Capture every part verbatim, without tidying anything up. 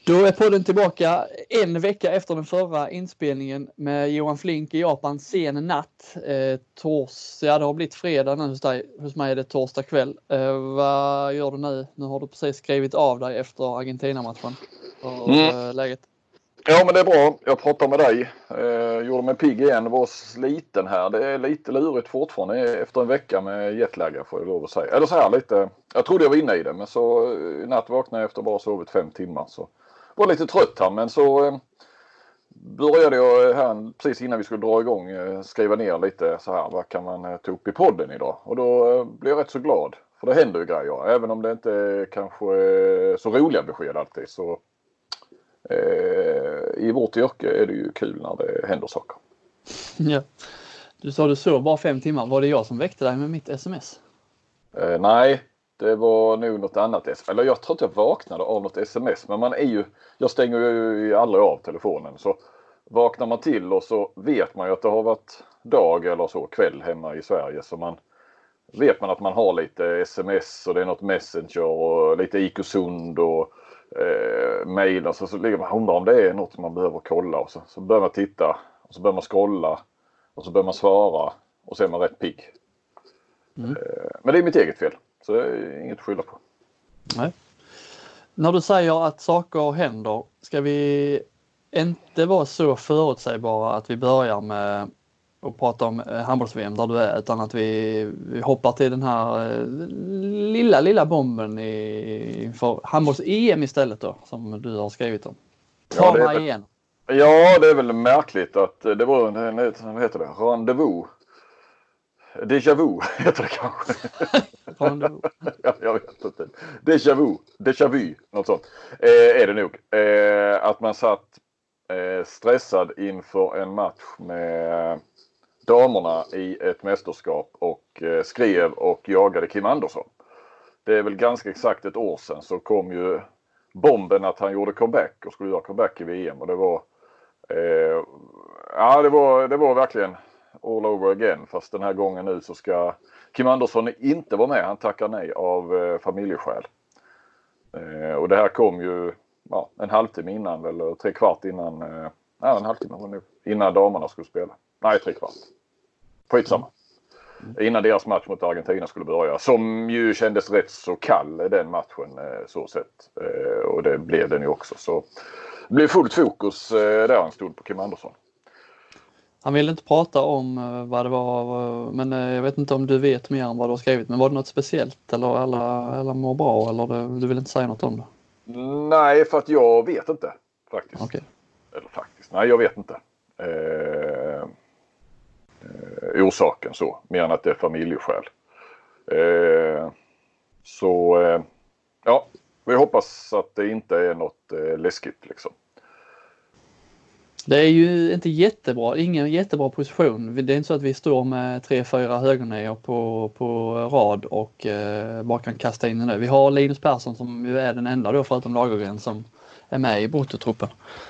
Då är podden tillbaka en vecka efter den förra inspelningen med Johan Flink i Japan sen natt. Eh, tors, ja, det har blivit fredag nu hos dig. Hos mig är det torsdag kväll. Eh, vad gör du nu? Nu har du precis skrivit av dig efter Argentina-matchen. Och, mm. eh, läget? Ja, men det är bra. Jag pratar med dig. Eh, gjorde mig pigg igen. Var sliten här. Det är lite lurigt fortfarande efter en vecka med jetläge, får jag lov att säga. Eller så här lite. Jag trodde jag var inne i det, men så i natt vaknade jag efter bara sovit fem timmar. Så var lite trött här, men så eh, började jag här precis innan vi skulle dra igång eh, skriva ner lite så här. Vad kan man eh, ta upp i podden idag? Och då eh, blev jag rätt så glad. För det händer ju grejer. Även om det inte är kanske eh, så roliga besked alltid, så i vårt yrke är det ju kul när det händer saker. Ja. Du sa du sov bara fem timmar. Var det jag som väckte dig med mitt sms? Eh, nej, det var nog något annat. Eller jag tror inte jag vaknade av något sms. Men man är ju, jag stänger ju aldrig av telefonen. Så vaknar man till och så vet man ju att det har varit dag eller så kväll hemma i Sverige. Så man vet man att man har lite sms och det är något Messenger och lite I K-sund och Eh, mail, alltså, så ligger man och undrar om det är något man behöver kolla och så, så börjar man titta och så börjar man scrolla och så börjar man svara och så är man rätt pigg. Mm. Eh, men det är mitt eget fel, så det är inget att skylla på. Nej. När du säger att saker händer, ska vi inte vara så förutsägbara att vi börjar med och prata om handbolls-V M där du är, utan att vi, vi hoppar till den här eh, lilla, lilla bomben i, för handbolls-E M istället då, som du har skrivit om. Ta ja, mig igen. Ja, det är väl märkligt att det var en, en vad heter det, rendezvous. Déjà vu heter det kanske. Rendezvous. ja, jag vet inte. Déjà vu, déjà vu, något sånt. Eh, är det nog. Eh, att man satt eh, stressad inför en match med damerna i ett mästerskap och eh, skrev och jagade Kim Andersson. Det är väl ganska exakt ett år sedan så kom ju bomben att han gjorde comeback och skulle göra comeback i V M och det var eh, ja det var det var verkligen all over again, fast den här gången nu så ska Kim Andersson inte vara med. Han tackar nej av eh, familjeskäl. Eh, och det här kom ju ja, en halvtimme innan eller tre kvart innan eh, ja, en halvtimme var det nu, innan damerna skulle spela. Nej, tre kvart. Skitsamma. Mm. Innan deras match mot Argentina skulle börja. Som ju kändes rätt så kall den matchen eh, så sett. Eh, och det blev den ju också. Så det blev fullt fokus eh, där en stund på Kim Andersson. Han ville inte prata om eh, vad det var. Men eh, jag vet inte om du vet mer om vad du har skrivit. Men var det något speciellt? Eller alla, alla mår bra? Eller det, du vill inte säga något om det? Nej, för att jag vet inte. Faktiskt. Okay. Eller faktiskt. Nej, jag vet inte. Eh... Eh, orsaken så, mer än att det är familjeskäl. Eh, så eh, ja, vi hoppas att det inte är något eh, läskigt liksom. Det är ju inte jättebra, ingen jättebra position. Det är inte så att vi står med tre, fyra högernior på, på rad och eh, bara kan kasta in den nu. Vi har Linus Persson som ju är den enda då förutom Lagergren som är med i Brotto-truppen.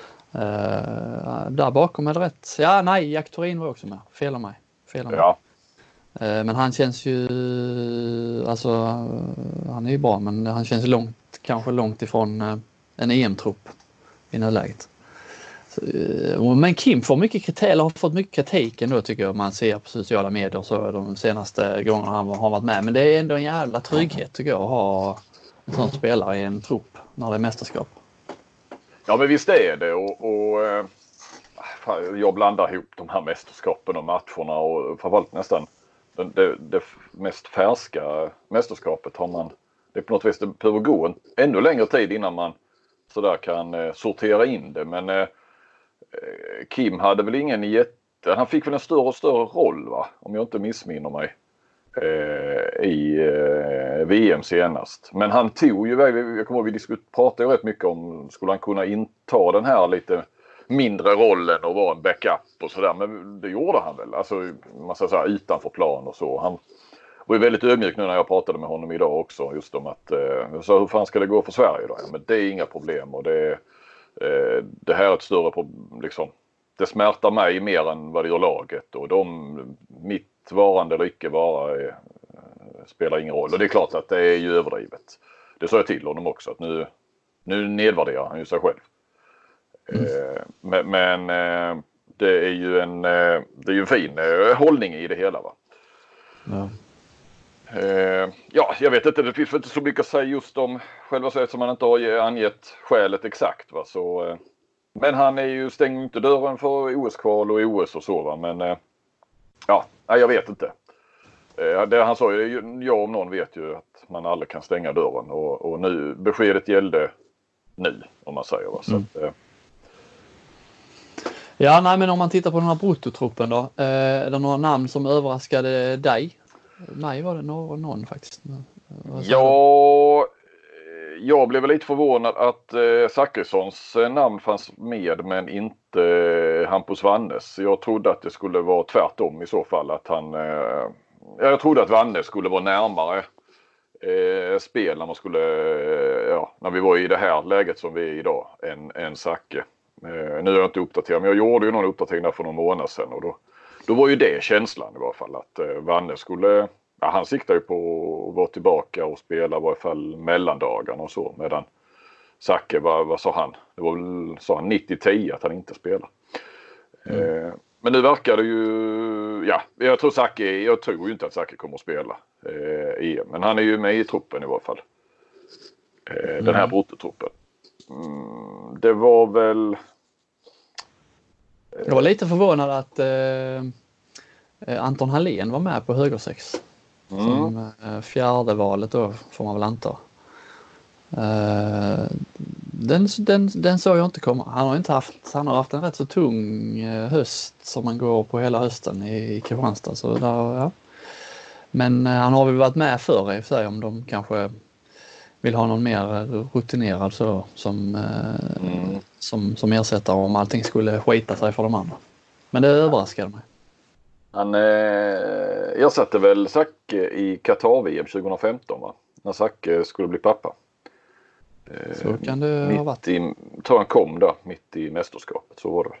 Uh, där bakom är det rätt. Ja, nej, Jack Thorin var också med. Fel av mig. Fel av mig. Ja. Uh, men han känns ju alltså han är ju bra, men han känns långt, kanske långt ifrån uh, en E M-trupp i nuläget. Uh, men Kim får mycket kritik, eller har fått mycket kritik ändå tycker jag man ser på sociala medier så de senaste gångerna han har varit med. Men det är ändå en jävla trygghet tycker jag att ha en sån spelare i en trupp när det är mästerskap. Ja, men visst är det och, och äh, jag blandar ihop de här mästerskapen och matcherna och framförallt nästan det, det, det mest färska mästerskapet har man, det är på något vis det behöver gå en ännu längre tid innan man sådär kan eh, sortera in det, men eh, Kim hade väl ingen jätte, han fick väl en större och större roll va, om jag inte missminner mig. I eh, V M senast. Men han tog ju, jag kommer ihåg vi diskut, pratade ju rätt mycket om skulle han kunna inta den här lite mindre rollen och vara en backup och sådär. Men det gjorde han väl. Alltså man ska säga utanför plan och så. Han var ju väldigt ödmjuk nu när jag pratade med honom idag också. Just om att, eh, så hur fan ska det gå för Sverige då? Ja, men det är inga problem och det, eh, det här är ett större problem liksom. Det smärtar mig mer än vad det gör laget och de, mitt varande eller icke vara är, spelar ingen roll. Och det är klart att det är ju överdrivet. Det sa jag till honom också att nu, nu nedvärderar han ju sig själv. Mm. Eh, men men eh, det är ju en, eh, det är ju en fin eh, hållning i det hela, va? Ja. Eh, ja, jag vet inte, det finns inte så mycket att säga just om själva sättet som man inte har angett skälet exakt, va? Så, eh, men han är ju, stänger inte dörren för O S-kval och O S och så, va? Men eh, ja, jag vet inte. Eh, det han sa ju, jag om någon vet ju att man aldrig kan stänga dörren, och, och nu, beskedet gällde nu, om man säger, va? Så Mm. att, eh, Ja, nej, men om man tittar på den här bruttotruppen då, eh, är det några namn som överraskade dig? Nej, var det någon, någon faktiskt. Ja, jag blev lite förvånad att eh, Zachrissons namn fanns med, men inte eh, Hampus Wannes. Jag trodde att det skulle vara tvärtom i så fall. Att han, eh, jag trodde att Wannes skulle vara närmare eh, spel när man skulle, eh, ja, när vi var i det här läget som vi är idag, än, än Zacke. Eh, nu är jag inte uppdaterad, men jag gjorde ju någon uppdatering där för någon månad sedan, och då, då var ju det känslan i varje fall, att eh, Wannes skulle, ja, han siktar ju på att vara tillbaka och spela i varje fall mellandagarna och så, medan Zacke, vad, vad sa han? Det var väl, sa han nittio tio att han inte spelar. Mm. Eh, men nu verkar det ju, ja, jag tror Zacke, jag tror ju inte att Zacke kommer att spela eh, i E M, men han är ju med i truppen i varje fall. Eh, mm. Den här bruttotruppen. Mm, det var väl... Jag var lite förvånad att eh, Anton Hallén var med på högersex. Mm. Som eh, fjärde valet då, får man väl anta. Eh, den, den, den såg jag inte komma. Han har inte haft, han har haft en rätt så tung eh, höst som man går på hela hösten i, i Kristianstad. Så där, ja. Men eh, han har väl varit med förr i och för sig, om de kanske vill ha någon mer rutinerad så, som, eh, mm. som, som ersättare om allting skulle skita sig för de andra. Men det överraskade mig. Han eh, ersatte väl Zacke i Qatar-V M tjugohundrafemton, va? När Zacke skulle bli pappa. Eh, så kan det ha varit. I, tror han kom där mitt i mästerskapet, så var det väl.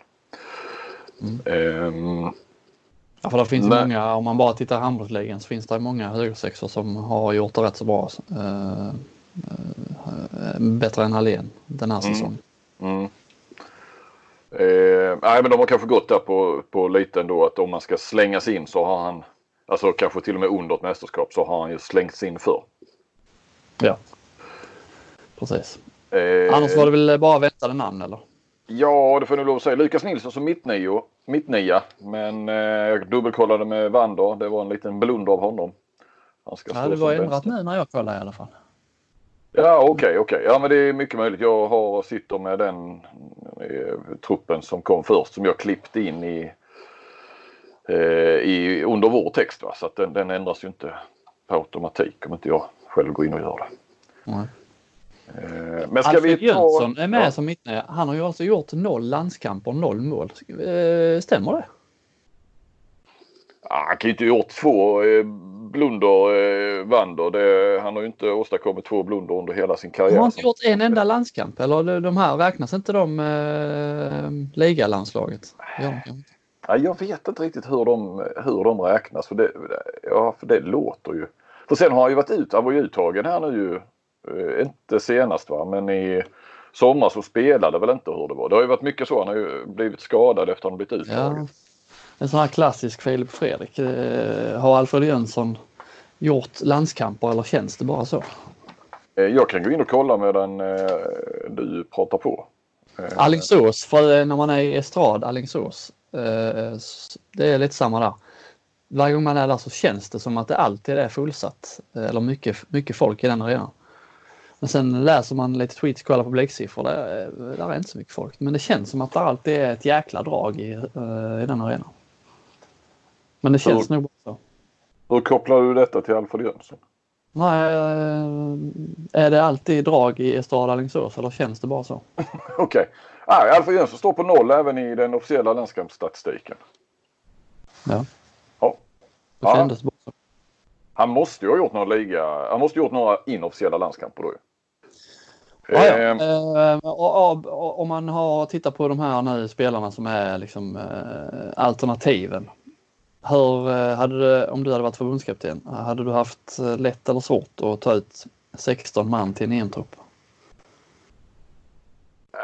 Mm. Eh, ja, för det finns men... många, om man bara tittar i handbollsligan så finns det många högersexor som har gjort det rätt så bra. Eh, bättre än Hallén den här säsongen. Mm. Mm. Eh, nej, men de har kanske gått där på, på lite ändå, att om man ska slängas in så har han, alltså kanske till och med under ett mästerskap, så har han ju slängts in för. Ja, precis. Eh, Annars var det väl bara väntade namn, eller? Ja, det får jag nog lov att säga. Lukas Nilsson som mittnio, mittnia, men eh, jag dubbelkollade med Wander, det var en liten blunder av honom. Han ska ja, det var ändrat nu när jag kollade i alla fall. Ja, okej, okay, okej. Okay. Ja, men det är mycket möjligt. Jag har sitter med den eh, truppen som kom först, som jag klippt in i, eh, i under vår text, va? Så att den, den ändras ju inte på automatik om inte jag själv går in och gör det. Mm. Eh, men ska Alfred vi ta... Jönsson är med ja. som mittnära. Han har ju alltså gjort noll landskamper, noll mål. Eh, stämmer det? Ja, han kan ju inte ha gjort två eh, blunder, eh, Wander. Det, han har ju inte åstadkommit två blunder under hela sin karriär. Han har inte gjort en enda landskamp, eller de här räknas inte de eh, ligalandslaget? Ja, ja, jag vet inte riktigt hur de, hur de räknas, för det, ja, för det låter ju. För sen har han ju varit ut, han var ju uttagen här nu ju, eh, inte senast, va, men i sommar så spelade väl inte hur det var. Det har ju varit mycket så, han har ju blivit skadad efter att han blivit uttagen. Ja. En sån här klassisk Filip Fredrik. Eh, har Alfred Jönsson gjort landskamper, eller känns det bara så? Eh, jag kan gå in och kolla medan eh, du pratar på. Eh, Alingsås, för när man är i Estrad, Alingsås. Eh, det är lite samma där. Varje gång man är där så känns det som att det alltid är fullsatt. Eller mycket, mycket folk i den arenan. Men sen läser man lite tweets och kollar på publiksiffror. Där, där är inte så mycket folk. Men det känns som att det alltid är ett jäkla drag i, uh, i den arenan. Men det känns hur, nog bara så. Hur kopplar du detta till Alfred Jönsson? Nej, är det alltid drag i Estrad Alingsås, eller känns det bara så? Okej. Okay. Ah, Alfred Jönsson står på noll även i den officiella landskampsstatistiken. Ja. Ja. Det kändes bara så. Han måste ju ha gjort några liga, han måste ha gjort några inofficiella landskamper då ju. Ja, ja. Eh, och, och, och, om man har tittat på de här nu spelarna som är liksom eh, alternativen. Hur hade du, om du hade varit förbundskapten, hade du haft lätt eller svårt att ta ut sexton man till en E M-trupp?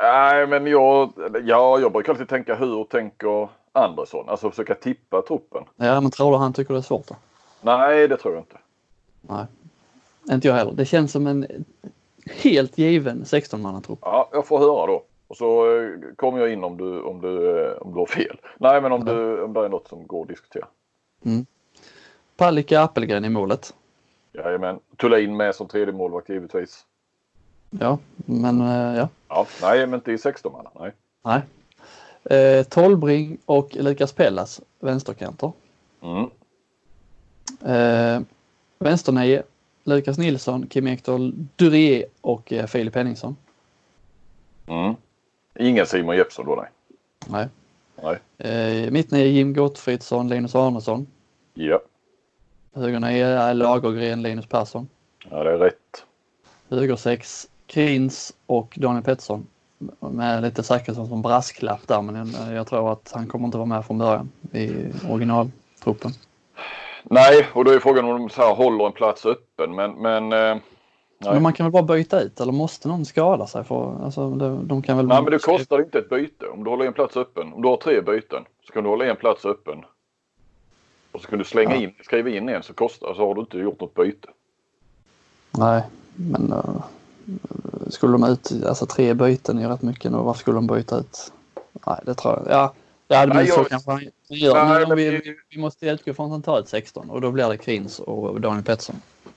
Nej, men jag, ja, jag brukar alltid tänka hur tänker Andersson? Alltså försöka tippa truppen. Ja, men tror du han tycker det är svårt då? Nej, det tror jag inte. Nej, inte jag heller. Det känns som en helt given sexton-mannatrupp. Ja, jag får höra då. Och så eh, kommer jag in om du, om du, eh, om du har fel. Nej, men om, du, om det är något som går att diskutera. Mm. Palicka Appelgren i målet. Jajamän. Thulin med som tredje målvakt givetvis. Ja, men eh, ja. Ja, nej, men inte i sexton man. Nej. Nej. Eh, Tolbring och Lukas Pellas, vänsterkanter. Mm. Eh, Vänsternio, Lukas Nilsson, Kim Ekdahl Durier och eh, Filip Henningsson. Mm. Ingen Simon Jeppsson då, nej. Nej. Nej. Eh, Mittnio Jim Gottfridsson, Linus Arnesson. Ja. Högernio är Lagergren, Linus Persson. Ja, det är rätt. Höger sex, Krins och Daniel Pettersson. Med lite Zachrisson som brasklapp där, men jag, jag tror att han kommer inte vara med från början i originaltruppen. Nej, och då är frågan om de så här håller en plats öppen, men, men eh, nej. Men man kan väl bara byta ut, eller måste någon skada sig? För, alltså, de, de kan väl... Nej, men det kostar inte ett byte. Om du håller en plats öppen, om du har tre byten, så kan du hålla en plats öppen. Och så kan du slänga Ja. in, skriva in en, så kostar, så har du inte gjort något byte. Nej, men uh, skulle de ut, alltså tre byten är rätt mycket nu. Varför skulle de byta ut? Nej, det tror jag. Ja, ja det Nej, blir så jag... kanske han gör. Nej, men men... vi, vi, vi måste utgå från att han tar ett sexton och då blir det Krins och Daniel Pettersson.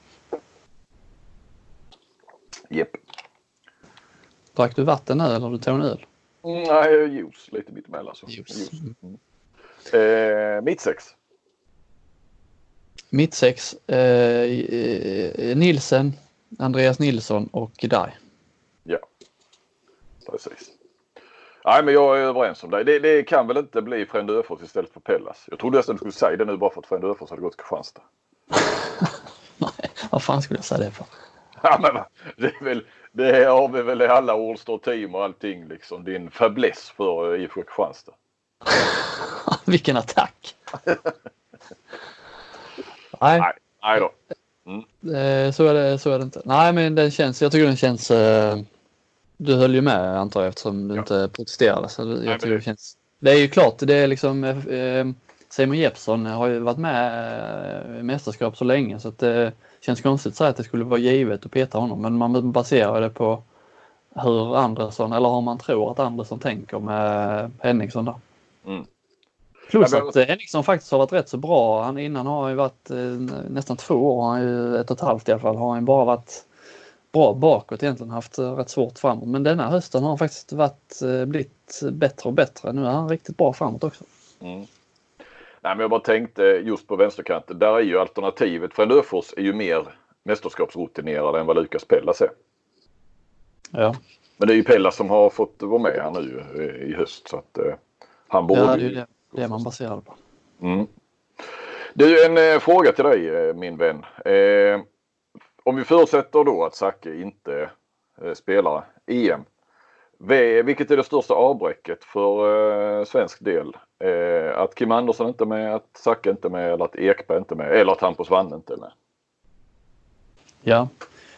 Jepp. Drack du vatten nu eller du tog en öl? Nej, juice. Lite mittemellan. Så. Juice. Mm. Eh, mitt sex. Mitt sex, eh, eh, Nilsen, Andreas Nilsson och Dai. Ja, precis. Nej, men jag är överens om det. Det, det kan väl inte bli Frände Öfors istället för Pellas. Jag trodde nästan du skulle säga det nu bara för att Frände Öfors hade gått till Kristianstad. Nej, vad fan skulle jag säga det för? Ja, men det är väl, det har vi väl i alla All-Star team och allting liksom. Din fäbless för I F K Kristianstad. Vilken attack! Nej. Nej, nej då. Mm. Eh, så, är det, så är det inte. Nej, men den känns, jag tycker den känns... Eh, du höll ju med antar jag eftersom du ja. inte protesterade. Så jag nej, tycker det... det känns... Det är ju klart, det är liksom... Eh, Simon Jeppsson har ju varit med i mästerskap så länge så att det känns konstigt att säga att det skulle vara givet att peta honom. Men man baserar det på hur Andersson, eller hur man tror att Andersson tänker med Henningsson då. Mm. Plus ja, men... att Henningsson faktiskt har varit rätt så bra. Han innan har ju varit eh, nästan två år, han ju ett och ett halvt i alla fall, har han bara varit bra bakåt egentligen, haft eh, rätt svårt framåt. Men denna hösten har han faktiskt varit, eh, blivit bättre och bättre. Nu är han riktigt bra framåt också. Mm. Nej, men jag bara tänkte just på vänsterkanten, där är ju alternativet. Frände Öfors är ju mer mästerskapsrutinerad än vad Lukas Pellas är. Ja. Men det är ju Pellas som har fått vara med här nu i höst så att eh, han borde... Ja, det är ju det, det man baserar på. Mm. Det är en eh, fråga till dig, eh, min vän. Eh, om vi förutsätter då att Zacke inte eh, spelar E M. Vilket är det största avbräcket för eh, svensk del? Eh, att Kim Andersson inte är med, att Zacke inte är med, eller att Ekberg inte är med, eller att Hampus Wanne inte är med? Ja.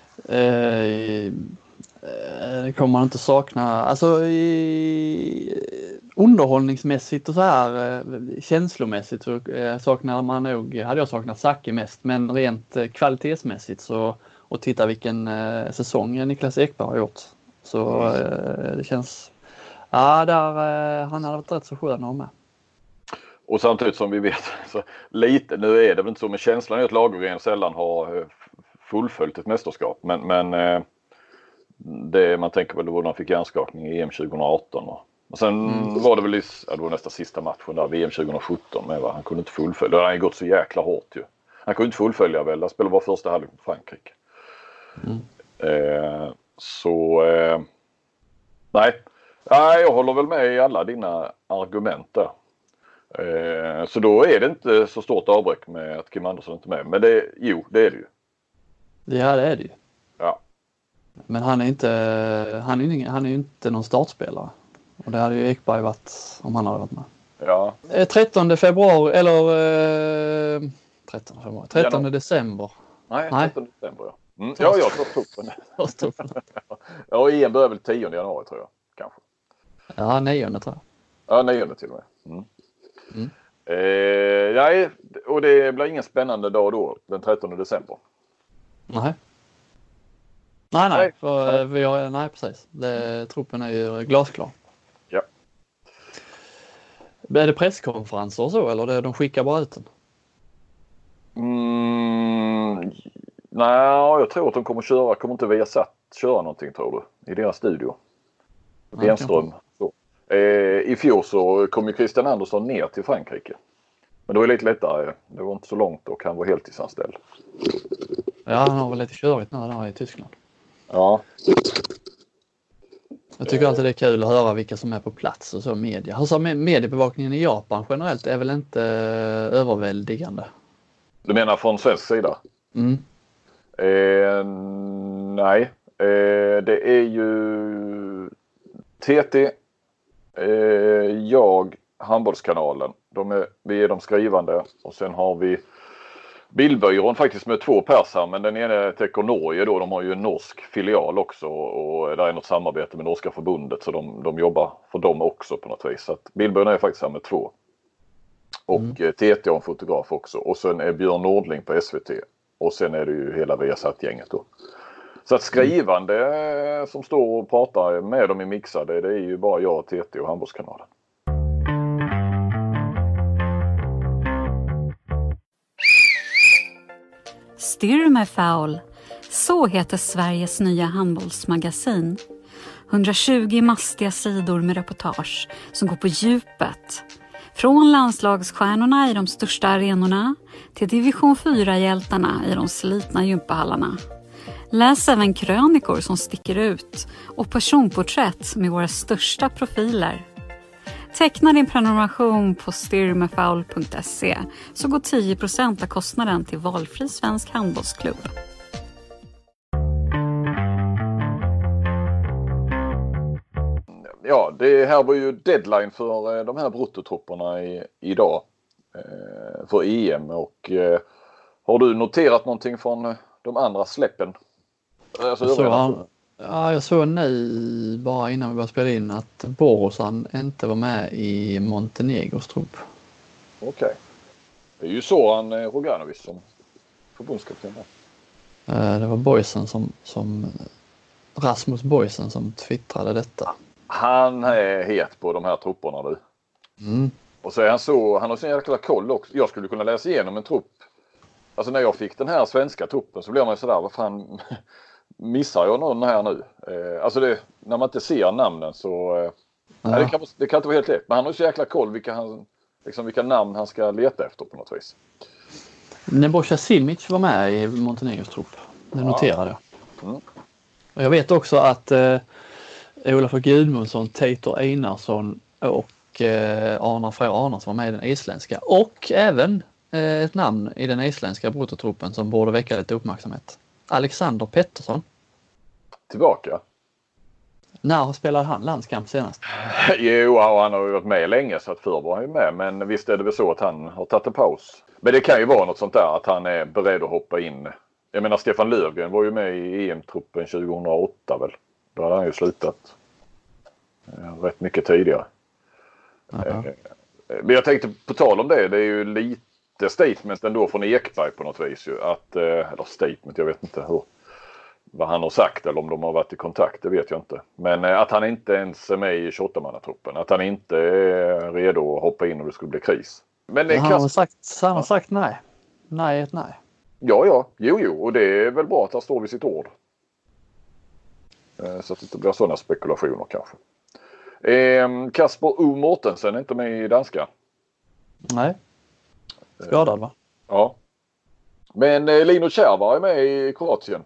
Eh, det kommer man inte sakna. Alltså i, underhållningsmässigt och så här känslomässigt så saknar man nog, hade jag saknat Zacke mest, men rent kvalitetsmässigt så, och titta vilken eh, säsong Niklas Ekberg har gjort. Så eh, det känns, ja där eh, han hade varit rätt så skön att ha med. Och samtidigt som vi vet, så lite, nu är det väl inte så, men känslan är att Lagergren sällan har fullföljt ett mästerskap. Men, men eh, det, man tänker väl då när han fick hjärnskakning i E M tjugoarton. Och, och sen mm. var det väl i, ja, det var nästa sista matchen där, V M tjugosjutton. Men va, han kunde inte fullfölja, det har gått så jäkla hårt ju. Han kunde inte fullfölja väl, han spelade bara första halvlek mot Frankrike. Mm. Eh, så eh, nej. nej, jag håller väl med i alla dina argument där. Eh, så då är det inte så stort avbräck med att Kim Andersson inte är med. Men det, jo, det är det ju. Ja, det är det ju. Ja. Men han är inte, han är, han är ju inte någon startspelare. Och det hade ju Ekberg varit om han hade varit med. Ja. trettonde februari, eller eh, trettonde februari, trettonde december. Nej, trettonde december ja. Mm. Ja, jag tar tuppen. Ja, E M börjar väl tionde januari tror jag. kanske. Ja, nionde tror jag. Ja, nionde till och med. Mm. Mm. Eh, nej, och det blir ingen spännande dag då, den trettonde december. Nej. Nej, nej. Nej. För, Nej. Vi har, nej precis. Det, truppen är ju glasklar. Ja. Är det presskonferenser och så, eller det, de skickar bara ut den? Mm, nej, jag tror att de kommer köra, kommer inte Viasat köra någonting tror du, i deras studio. Wenström. Så. Eh, I fjol så kom ju Christian Andersson ner till Frankrike. Men då är det lite lättare. Det var inte så långt och han var heltidsanställd. Ja, han har väl lite körigt nu där i Tyskland. Ja. Jag tycker alltid det är kul att höra vilka som är på plats och så media. Alltså mediebevakningen i Japan generellt är väl inte överväldigande? Du menar från svensk sida? Mm. Eh, nej. Eh, det är ju T T, eh, jag, Handbollskanalen. De är, vi är de skrivande och sen har vi Bildbyrån faktiskt med två pers här, men den ena täcker Norge då. De har ju en norsk filial också och där är något samarbete med norska förbundet så de, de jobbar för dem också på något vis. Så att Bildbyrån är faktiskt här med två. Och mm. T T har en fotograf också och sen är Björn Nordling på S V T och sen är det ju hela Viasat-gänget då. Så att skrivande mm. som står och pratar med dem i mixade, det är ju bara jag, T T och Handbollskanalen. Styrmefoul, så heter Sveriges nya handbollsmagasin. hundratjugo mastiga sidor med reportage som går på djupet. Från landslagsstjärnorna i de största arenorna till division fyra-hjältarna i de slitna gympahallarna. Läs även krönikor som sticker ut och personporträtt med våra största profiler. Teckna din prenumeration på styrmefoul punkt se så går tio procent av kostnaden till valfri svensk handbollsklubb. Ja, det här var ju deadline för de här bruttotrupperna i, idag eh, för E M och eh, har du noterat någonting från de andra släppen? Alltså, jag, såg han, ja, jag såg nu bara innan vi började spela in att Borosan inte var med i Montenegros trupp. Okej. Okay. Det är ju så han Roganovic som förbundskapten. Det var Boysen som, som Rasmus Boysen som twittrade detta. Han är het på de här trupperna nu. Mm. Och så är han så, han har sin jäkla koll också. Jag skulle kunna läsa igenom en trupp. Alltså när jag fick den här svenska truppen så blev man ju sådär, vad fan missar jag någon här nu? Eh, alltså det, när man inte ser namnen så eh, ja. nej, det, kan, det kan inte vara helt lätt. Men han har så jäkla koll vilka, han, liksom vilka namn han ska leta efter på något vis. Nebojsa Simic var med i Montenegros trupp. Det noterade jag. Ja. Mm. Och jag vet också att eh, Olof Gudmundsson, Teitur Einarsson och eh, Arnar Frey Arnarsson var med i den isländska. Och även eh, ett namn i den isländska bruttotruppen som borde väcka lite uppmärksamhet. Alexander Pettersson. Tillbaka? När spelade han landskamp senast? Jo, han har ju varit med länge så att förr var han ju med. Men visst är det väl så att han har tagit en paus. Men det kan ju vara något sånt där att han är beredd att hoppa in. Jag menar Stefan Löfgren var ju med i E M-truppen tjugohundraåtta väl. Då hade han ju slutat rätt mycket tidigare. Uh-huh. Men jag tänkte på tal om det, det är ju lite statement ändå från Ekberg på något vis ju. Att, eller statement, jag vet inte hur, vad han har sagt eller om de har varit i kontakt, det vet jag inte. Men att han inte ens är med i tjugoåtta-mannatruppen, att han inte är redo att hoppa in om det skulle bli kris. Men han, har sagt, han har sagt nej. Nej, ett nej. Ja, ja, jo, jo, och det är väl bra att han står vid sitt ord. Så att det inte blir sådana spekulationer kanske. Eh, Kasper O. Mortensen är inte med i danska. Nej. Skadad va? Ja. Men eh, Lino Kärvar är med i Kroatien.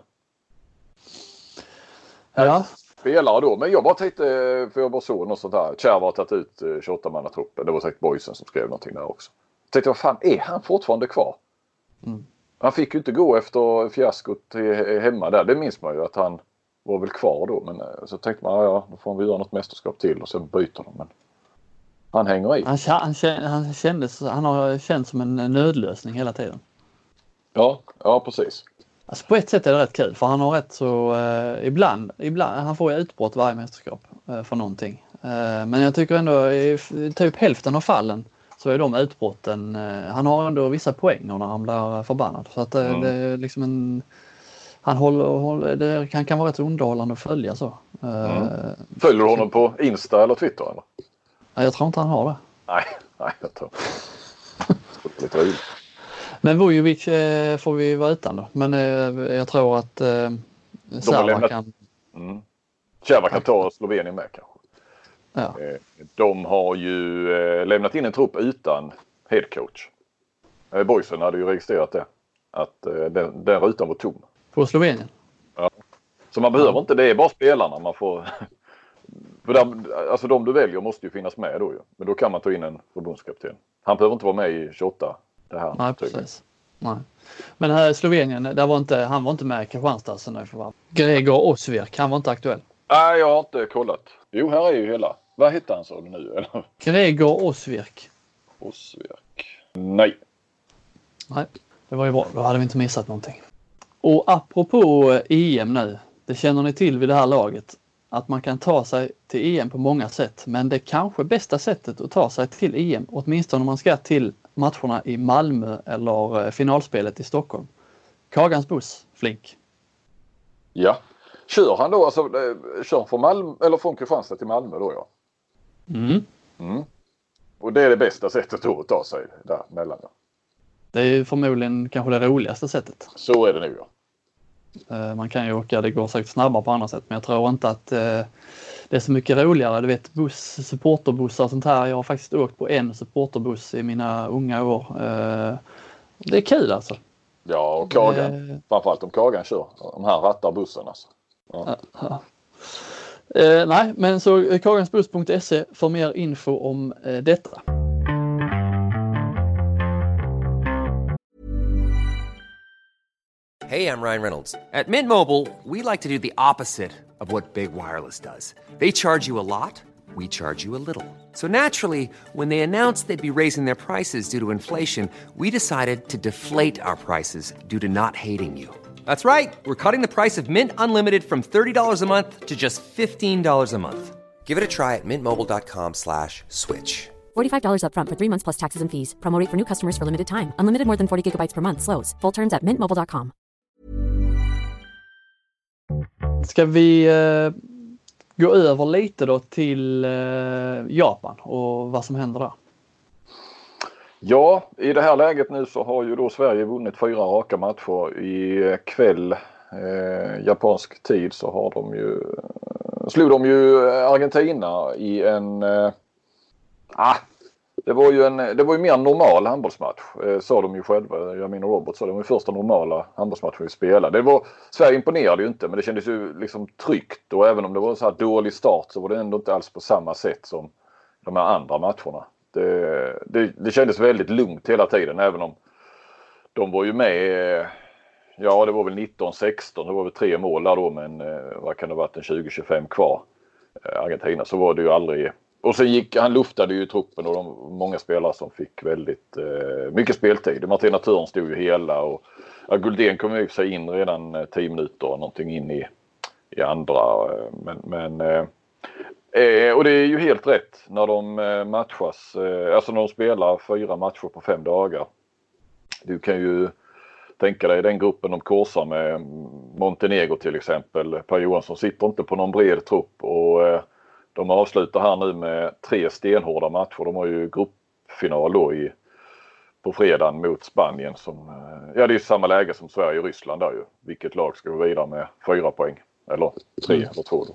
Ja. Spelare då. Men jag bara tänkte, för jag bara såg något sånt här. Kärvar har tagit ut eh, tjugoåtta-mannatruppen. Det var säkert Boysen som skrev någonting där också. Jag tänkte, vad fan, är han fortfarande kvar? Mm. Han fick ju inte gå efter fiaskot hemma där. Det minns man ju att han var väl kvar då. Men så tänkte man, ja, då får vi göra något mästerskap till och sen byter de. Men han hänger i. Han, han, han, kändes, han har känt som en nödlösning hela tiden. Ja, ja precis. Alltså på ett sätt är det rätt kul för han har rätt så eh, ibland, ibland, han får ju utbrott varje mästerskap eh, för någonting. Eh, men jag tycker ändå i typ hälften av fallen så är de utbrotten, eh, han har ändå vissa poänger när han blir förbannad. Så att eh, Mm. det är liksom en, han håller, håller det kan, kan vara rätt underhållande att följa så. Eh, Mm. Följer du honom på Insta eller Twitter eller? Jag tror inte han har det. Nej, nej jag tror lite roligt. Men Vujovic eh, får vi vara utan då. Men eh, jag tror att eh, Serva lämnat... kan... Mm. Serva kan ta Slovenien med kanske. Ja. Eh, de har ju eh, lämnat in en trupp utan headcoach. Eh, Boysen hade ju registrerat det. Att eh, den, den rutan var tom. På Slovenien? Ja. Så man behöver ja. inte, det är bara spelarna man får... För där, alltså de du väljer måste ju finnas med då ju. Men då kan man ta in en förbundskapten. Han behöver inte vara med i tjugoåtta. Det här, Nej, precis. Nej. Men här i Slovenien, där var inte, han var inte med i Kristianstad. Så nu för Gregor Osvirk, han var inte aktuell. Nej, jag har inte kollat. Jo, här är ju hela. Vad heter han så nu? Eller? Gregor Osvirk. Osvirk. Nej. Nej, det var ju bra. Då hade vi inte missat någonting. Och apropå E M nu. Det känner ni till vid det här laget. Att man kan ta sig till E M på många sätt. Men det kanske bästa sättet att ta sig till E M, åtminstone om man ska till matcherna i Malmö eller finalspelet i Stockholm. Kagans buss, Flink. Ja. Kör han då, alltså, kör från Malmö, eller från Kristianstad till Malmö då ja? Mm. Mm. Och det är det bästa sättet då att ta sig där mellan. Ja. Det är förmodligen kanske det roligaste sättet. Så är det nu ja. Man kan ju åka, det går säkert snabbare på andra sätt, men jag tror inte att eh, det är så mycket roligare. Du vet, buss, supporterbussar och sånt här. Jag har faktiskt åkt på en supporterbuss i mina unga år. Eh, det är kul alltså. Ja, och Kagan. Eh, framförallt om Kagan kör. Om han rattar bussen alltså. Ja. Ja. Eh, nej, men så kagansbuss punkt se för mer info om eh, detta. Hey, I'm Ryan Reynolds. At Mint Mobile, we like to do the opposite of what Big Wireless does. They charge you a lot, we charge you a little. So naturally, when they announced they'd be raising their prices due to inflation, we decided to deflate our prices due to not hating you. That's right. We're cutting the price of Mint Unlimited from thirty dollars a month to just fifteen dollars a month. Give it a try at mintmobile.com slash switch. forty-five dollars up front for three months plus taxes and fees. Promo rate for new customers for limited time. Unlimited more than forty gigabytes per month. Slows full terms at mint mobile dot com. Ska vi eh, gå över lite då till eh, Japan och vad som händer där? Ja, i det här läget nu så har ju då Sverige vunnit fyra raka matcher. I kväll, eh, japansk tid, så har de ju slog de ju Argentina i en eh, ah, det var ju en det var ju mer normal handbollsmatch, eh, sa de ju själva. Jag menar Robert sa det var ju första normala handbollsmatchen vi spelade. Det var Sverige imponerade ju inte, men det kändes ju liksom tryggt, och även om det var en så här dålig start så var det ändå inte alls på samma sätt som de här andra matcherna. Det, det, det kändes väldigt lugnt hela tiden, även om de var ju med, ja det var väl nitton sexton, det var väl tre mål där då, men vad kan det ha varit, en tjugo tjugofem kvar Argentina, så var det ju aldrig. Och sen gick, han luftade ju truppen, och de många spelare som fick väldigt eh, mycket speltid. Martina Thörn stod ju hela, och ja, Guldén kom ju sig in redan tio minuter och någonting in i, i andra, men, men eh, Eh, och det är ju helt rätt när de eh, matchas, eh, alltså när de spelar fyra matcher på fem dagar. Du kan ju tänka dig den gruppen de korsar med Montenegro till exempel. Per Johansson sitter inte på någon bred trupp, och eh, de avslutar här nu med tre stenhårda matcher. De har ju gruppfinal då i, på fredagen mot Spanien som, eh, ja det är samma läge som Sverige och Ryssland där ju. Vilket lag ska gå vidare med fyra poäng, eller tre mm. eller två då.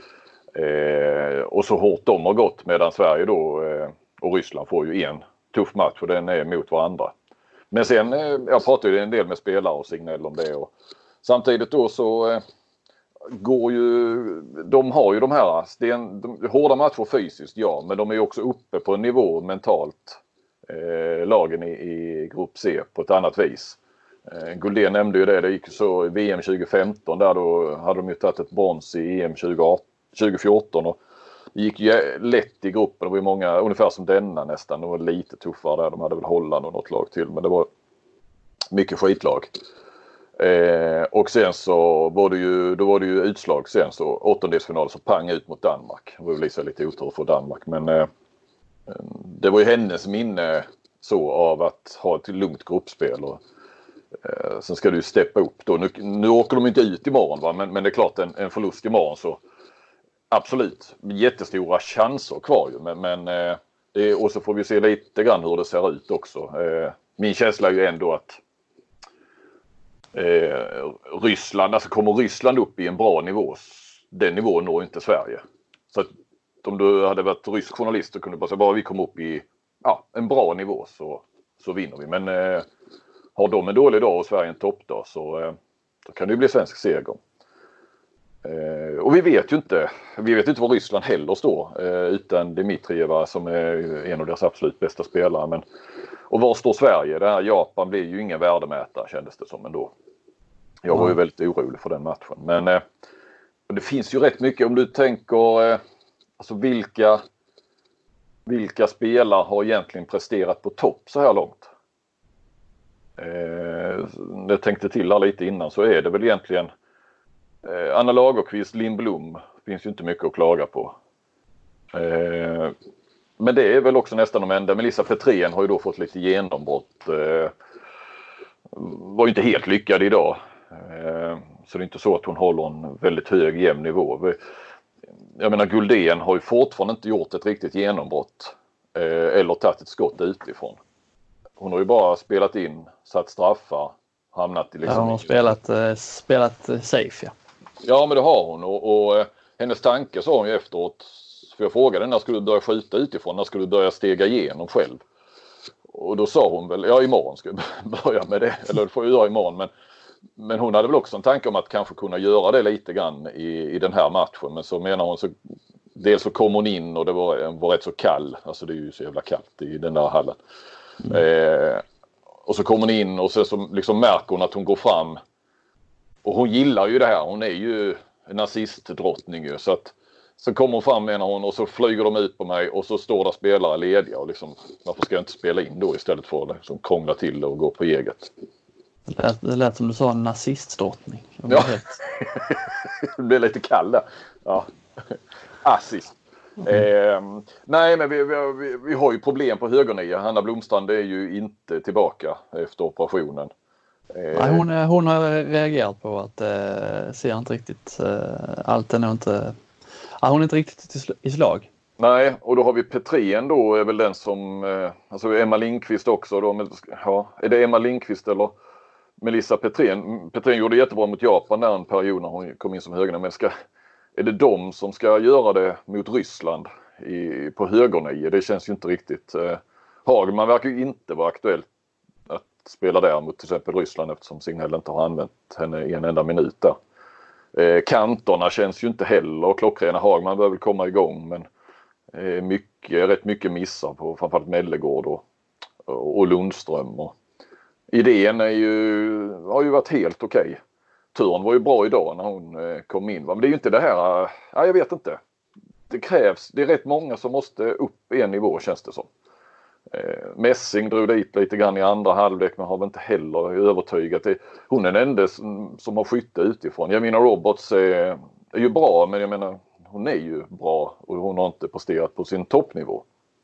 Eh, och så hårt de har gått, medan Sverige då eh, och Ryssland får ju en tuff match, och den är mot varandra. Men sen, eh, jag pratade ju en del med spelare och Signell om det, och samtidigt då så eh, går ju, de har ju de här sten, de, hårda matcher fysiskt, ja, men de är ju också uppe på en nivå mentalt, eh, lagen i, i grupp C på ett annat vis. Eh, Guldén nämnde ju det, det gick så i V M tjugo femton, där då hade de ju tagit ett brons i E M tjugo fjorton, och det gick ju lätt i gruppen. Det var ju många, ungefär som denna nästan, de var lite tuffare där. De hade väl Holland och något lag till, men det var mycket skitlag. Eh, och sen så var det ju, då var det ju utslag sen så åttondelsfinal så pang ut mot Danmark. Det var väl så lite otur för Danmark, men eh, det var ju hennes minne så av att ha ett lugnt gruppspel och eh, sen ska du steppa upp då. Nu, nu åker de inte ut imorgon va, men, men det är klart en, en förlust imorgon så absolut jättestora chanser kvar ju, men, men eh, det, och så får vi se lite grann hur det ser ut också. Eh, min känsla är ju ändå att Eh, Ryssland, alltså kommer Ryssland upp i en bra nivå, den nivån når inte Sverige. Så att om du hade varit rysk journalist så kunde du bara säga bara vi kommer upp i ja, en bra nivå så, så vinner vi. Men eh, har de en dålig dag och Sverige en toppdag så eh, då kan det ju bli svensk seger. Eh, och vi vet ju inte, vi vet inte var Ryssland heller står eh, utan Dmitrieva som är en av deras absolut bästa spelare. Men och var står Sverige? Det här Japan blir ju ingen värdemätare kändes det som ändå. Jag var ju väldigt orolig för den matchen. Men eh, det finns ju rätt mycket om du tänker eh, alltså vilka, vilka spelare har egentligen presterat på topp så här långt. Eh, jag tänkte till här lite innan så är det väl egentligen eh, Anna Lagerqvist, Lindblom finns ju inte mycket att klaga på. Eh, Men det är väl också nästan de enda. Melissa Petrén har ju då fått lite genombrott. Eh, var ju inte helt lyckad idag. Eh, så det är inte så att hon håller en väldigt hög jämn nivå. Jag menar Guldén har ju fortfarande inte gjort ett riktigt genombrott. Eh, eller tagit ett skott utifrån. Hon har ju bara spelat in, satt straffar, hamnat i liksom... Ja, hon har spelat, eh, spelat safe ja. Ja men det har hon och, och hennes tanke sa hon ju efteråt. För jag frågade när skulle du börja skjuta utifrån, när skulle du börja stega igenom själv? Och då sa hon väl, ja imorgon ska jag börja med det, eller det får jag göra imorgon. Men, men hon hade väl också en tanke om att kanske kunna göra det lite grann i, i den här matchen. Men så menar hon så, dels så kom hon in och det var, var rätt så kall, alltså det är ju så jävla kallt i den där hallen. Mm. Eh, och så kom hon in och så, så liksom märker hon att hon går fram. Och hon gillar ju det här, hon är ju en nazistdrottning ju så att så kommer hon fram menar hon och så flyger de ut på mig och så står där spelare lediga och liksom varför ska jag inte spela in då istället för att liksom krångla till och gå på eget. Det lät, det lät som du sa en nazistdrottning. Ja. Det blir lite kall där. Ja. Assist. Mm. Eh, nej men vi, vi, vi har ju problem på högernia. Hanna Blomstrand är ju inte tillbaka efter operationen. Eh. Nej, hon, hon har reagerat på att eh, ser inte riktigt eh, allt är nog inte. Ja, hon är inte riktigt i slag. Nej, och då har vi Petrén då är väl den som, eh, alltså Emma Lindqvist också då, men, ja, är det Emma Lindqvist eller Melissa Petrén? Petrén gjorde jättebra mot Japan där en period när hon kom in som högernia, men ska, är det de som ska göra det mot Ryssland i, på högernio? Det känns ju inte riktigt. Eh, Hagman verkar ju inte vara aktuellt att spela där mot till exempel Ryssland eftersom Signell inte har använt henne en enda minut där. Eh, kantorna känns ju inte heller klockrena. Hagman bör väl komma igång men eh, mycket, rätt mycket missar på framförallt Mellegård och, och Lundström. Och idén är ju, har ju varit helt okej. Okay. Törn var ju bra idag när hon eh, kom in. Va? Men det är ju inte det här, äh, jag vet inte. Det krävs, det är rätt många som måste upp en nivå känns det som. Eh, Messing drog dit lite grann i andra halvlek men har väl inte heller övertygat. Det, hon är den enda som, som har skyttat utifrån. Jag menar Roberts är, är ju bra men jag menar hon är ju bra och hon har inte presterat på sin toppnivå.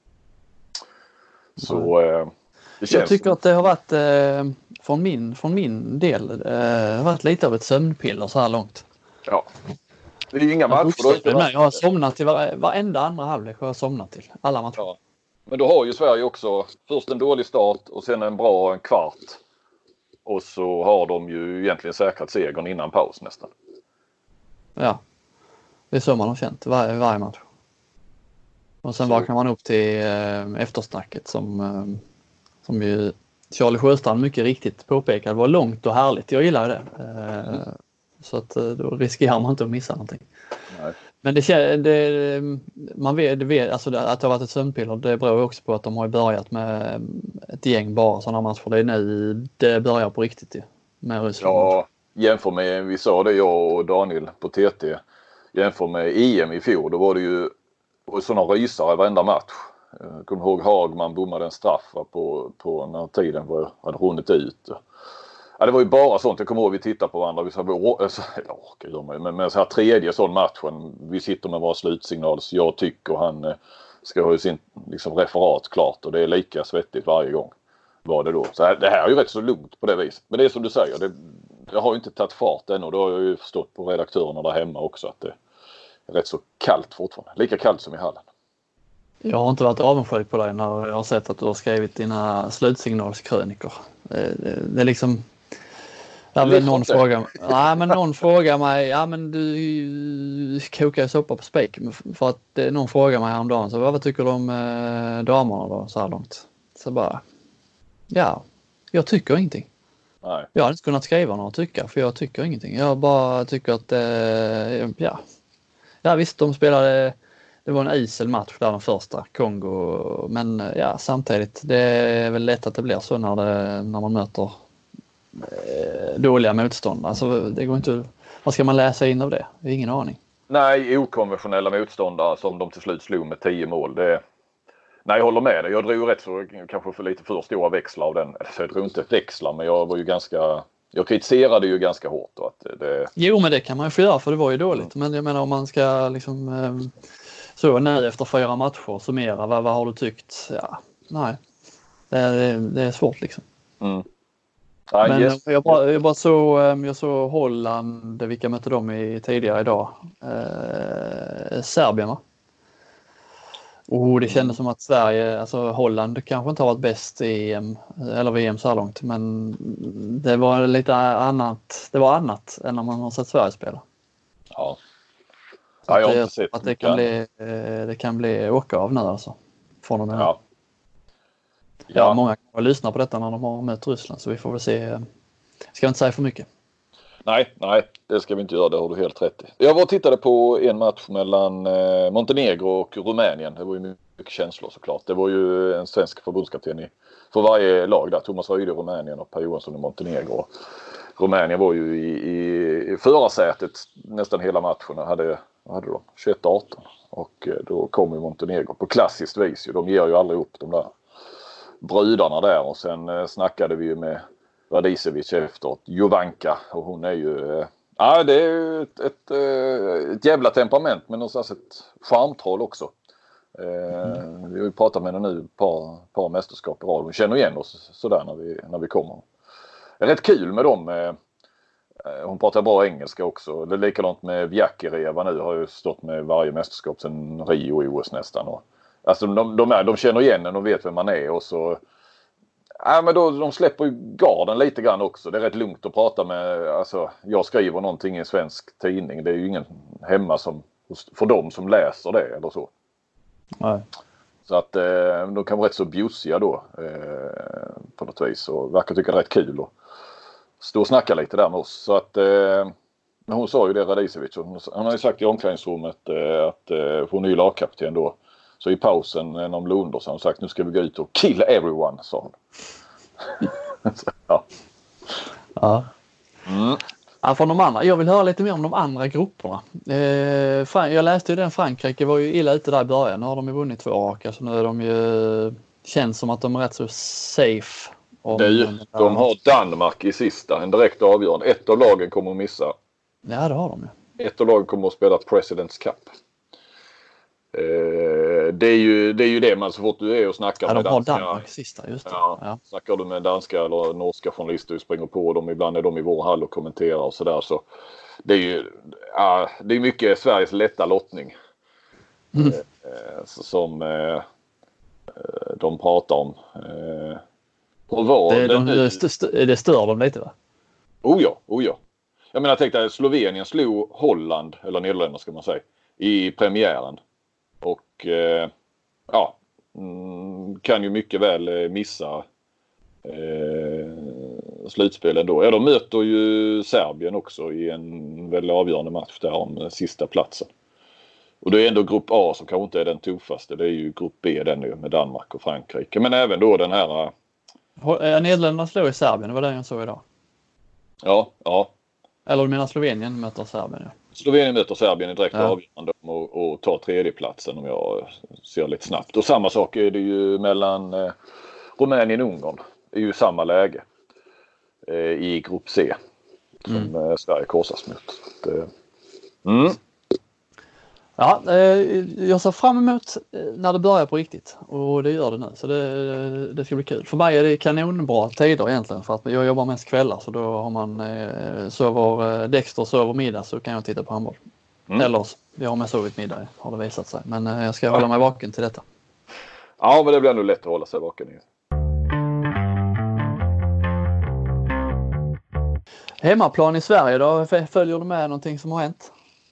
Så eh, det känns... Jag tycker att det har varit eh, från, min, från min del eh, varit lite av ett sömnpiller så här långt. Ja. Det är ju inga matcher. Jag, inte jag har somnat till var, varenda andra halvlek har jag somnat till. Alla matcher. Ja. Men då har ju Sverige också först en dålig start och sen en bra en kvart. Och så har de ju egentligen säkrat segern innan paus nästan. Ja, det är så man har känt varje, varje match. Och sen så vaknar man upp till eh, eftersnacket som, eh, som ju Charlie Sjöstrand mycket riktigt påpekade var långt och härligt. Jag gillar det. Eh, mm. Så att då riskerar man inte att missa någonting. Nej. Men det, det, man vet, det vet alltså att det har varit ett sömnpiller, det beror också på att de har börjat med ett gäng bara sådana matcher. Det är nu det börjar på riktigt ju, med Ryssland. Ja, jämför med, vi sa det jag och Daniel på T T, jämför med E M i fjol, då var det ju sådana rysare varenda match. Jag kommer ihåg Hagman bommade en straff på, på när tiden var, hade runnit ut. Ja, det var ju bara sånt. Jag kommer ihåg vi tittade på varandra. Vi sa, åh, men, men så här tredje sån matchen. Vi sitter med våra slutsignal. Så jag tycker han eh, ska ha sin liksom, referat klart. Och det är lika svettigt varje gång. Var det då. Så här, det här är ju rätt så lugnt på det viset. Men det är som du säger. Det, det har ju inte tagit fart än. Och då har jag ju förstått på redaktörerna där hemma också. Att det är rätt så kallt fortfarande. Lika kallt som i hallen. Jag har inte varit avundsjuk på dig när jag har sett att du har skrivit dina slutsignalskrönikor. Det, det, det är liksom... Ja, men någon frågar, nej, men någon frågar mig, ja men du kokar ju soppa på spik. För att det, någon frågar mig häromdagen, så vad tycker du om eh, damerna då så här långt? Så bara, ja, jag tycker ingenting. Nej. Jag hade inte kunnat skriva något tycka, för jag tycker ingenting. Jag bara tycker att, eh, ja. Ja visst, de spelade, det var en isel match där den första, Kongo. Men ja, samtidigt, det är väl lätt att det blir så när, det, när man möter dåliga motstånd. Alltså, det går inte, vad ska man läsa in av det? Det är ingen aning. Nej, okonventionella motståndare som de till slut slog med tio mål. Det, nej, jag håller med dig. Jag drog rätt så kanske för lite för stora växlar av den. Så jag drog inte växlar, men jag var ju ganska... Jag kritiserade ju ganska hårt. Och att det... Jo, men det kan man ju få göra, för det var ju dåligt. Men jag menar, om man ska liksom... Så nu efter fyra matcher summera, vad, vad har du tyckt? Ja, nej. Det är, det är svårt liksom. Mm. Ah, men yes. jag, bara, jag bara så jag såg Holland, vilka mötte de i tidigare idag? Eh, Serbien, va? Och det kändes som att Sverige, alltså Holland kanske inte har varit bäst i E M eller V M så här långt, men det var lite annat, det var annat än när man har sett Sverige spela. Ja. Ja, jag har inte sett att det kan bli det kan bli åka av nu alltså. Från och med. Ja. Ja, ja, många kan lyssna på detta när de har mött Ryssland, så vi får väl se. Ska inte säga för mycket. Nej, nej, det ska vi inte göra, det har du helt rätt i. Jag var och tittade på en match mellan Montenegro och Rumänien. Det var ju mycket känslor såklart. Det var ju en svensk förbundskapten i för varje lag där. Thomas Röjde i Rumänien och Per Johansson i Montenegro. Rumänien var ju i, i, i förarsätet nästan hela matchen. Hade, vad hade de? tjugoett arton. Och då kom ju Montenegro på klassiskt vis. De ger ju aldrig upp de där brudarna där, och sen eh, snackade vi ju med Radicevic efteråt, Jovanka, och hon är ju eh, ja, det är ju ett, ett, ett jävla temperament, men någonstans ett charmtroll också. Eh, mm. Vi har ju pratat med henne nu ett par, par mästerskap i rad. Hon känner igen oss sådär när vi, när vi kommer. Det är rätt kul med dem. Eh, hon pratar bra engelska också. Det är likadant med Vjäkireva nu, har ju stått med varje mästerskap sedan Rio i O S nästan, och alltså de, de, är, de känner igen en och vet vem man är, och så ja, men då, de släpper ju garden lite grann också. Det är rätt lugnt att prata med, alltså jag skriver någonting i en svensk tidning, det är ju ingen hemma som, för dem som läser det eller så. Nej. Så att eh, de kan vara rätt så bjussiga då eh, på något vis, och verkar tycka det är rätt kul att stå och snacka lite där med oss. Så att eh, men hon sa ju det, Radicevic, han har ju sagt i omklädningsrummet eh, att eh, hon är ju lagkapten då. Så i pausen när de Lunder så har han sagt, nu ska vi gå ut och kill everyone, sa han. Så, ja. Ja. Mm. Ja, från de andra. Jag vill höra lite mer om de andra grupperna. Eh, jag läste ju den, Frankrike var ju illa ute där i början. Nu har de ju vunnit två raka, så nu är de ju, känns som att de är rätt så safe. Om det är ju, de har Danmark i sista, en direkt avgörande. Ett av lagen kommer att missa. Ja, det har de ju. Ett av lagen kommer att spela President's Cup. Eh, det är ju det är ju det man, så fort du är och snackar ja, med de har danska. Danmark sista, just det. Ja, ja. Snackar du med danska eller norska journalister och springer på dem, ibland är de i vår hall och kommenterar och sådär, så det är ju ja, det är mycket Sveriges lätta lottning mm. eh, som eh, de pratar om. Eh, och var det, de, det, st- det stör dem lite, va? Oh ja, oh ja. Jag menar, jag tänkte att Slovenien slog Holland, eller Nederländerna ska man säga, i premiären. Och eh, ja, kan ju mycket väl missa eh, slutspelen då. Ja, de möter ju Serbien också i en väldigt avgörande match där om sista platsen. Och det är ändå grupp A som kanske inte är den tuffaste. Det är ju grupp B den nu med Danmark och Frankrike. Men även då den här... Nederländerna slår i Serbien, det var det jag såg idag. Ja, ja. Eller du menar Slovenien möter Serbien, ja. Slovenien möter Serbien i direkt ja. avgörande och, och tar tredjeplatsen om jag ser lite snabbt. Och samma sak är det ju mellan eh, Rumänien och Ungern. Det är ju samma läge. eh, i grupp C som Mm. eh, Sverige korsas mot. Det, mm. Ja, eh, jag ser fram emot eh, när det börjar på riktigt och det gör det nu så det, det ska bli kul. För mig är det kanonbra tider egentligen för att jag jobbar mest kvällar så då har man eh, sover, eh, Dexter sover middag så kan jag titta på handboll. Mm. Eller jag har med sovit middag har det visat sig men eh, jag ska hålla mig vaken till detta. Ja, men det blir ändå lätt att hålla sig vaken. Hemmaplan i Sverige då? Följer du med någonting som har hänt?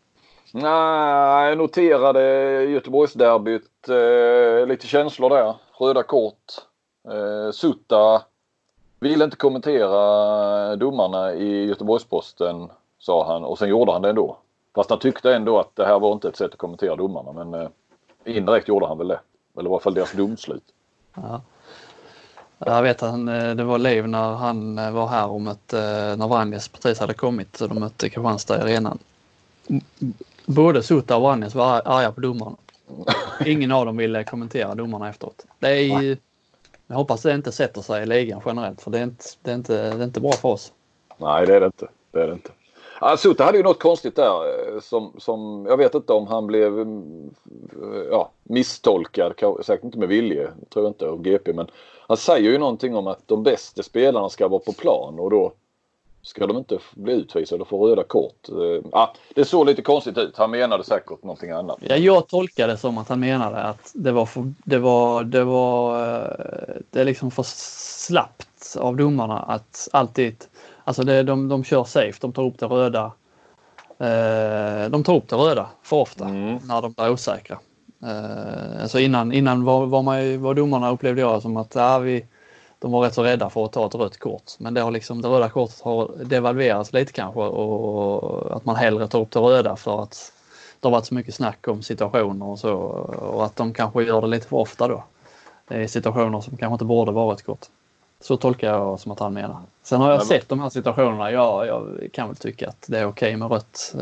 Nej, jag noterade Göteborgsderbyt. Eh, lite känslor där. Röda kort. Eh, Sutta ville inte kommentera domarna i Göteborgsposten, sa han. Och sen gjorde han det ändå. Fast han tyckte ändå att det här var inte ett sätt att kommentera domarna. Men eh, indirekt gjorde han väl det. Eller i alla fall deras domslut. Ja. Jag vet att han, det var liv när han var här och mötte, när Vranjes precis hade kommit så de mötte Kristianstad i arenan. Både Sutta och Vranjes var arga på domarna. Ingen av dem ville kommentera domarna efteråt. Det är ju, jag hoppas det inte sätter sig i ligan generellt för det är inte, det är inte, det är inte bra för oss. Nej, det är det inte. Det är det inte. Ja, Sutta hade ju något konstigt där som, som jag vet inte om han blev ja, misstolkad, säkert inte med vilje, tror jag inte, av G P, men han säger ju någonting om att de bästa spelarna ska vara på plan och då ska de inte bli utvisade och få röda kort. Ja, det såg lite konstigt ut. Han menade säkert någonting annat. Ja, jag tolkade det som att han menade att det var för, det var det var det är liksom för slappt av domarna att alltid alltså det, de, de kör safe, de tar upp det röda eh, de tar upp det röda för ofta mm. när de blir osäkra. Eh, alltså innan, innan var, var, man, var domarna upplevde jag som att ja, vi, de var rätt så rädda för att ta ett rött kort. Men det, har liksom, det röda kortet har devalverats lite kanske och att man hellre tar upp det röda för att det har varit så mycket snack om situationer och så och att de kanske gör det lite för ofta då. I situationer som kanske inte borde vara ett kort. Så tolkar jag som att han menar. Sen har jag men, sett de här situationerna. Ja, jag kan väl tycka att det är okej med rött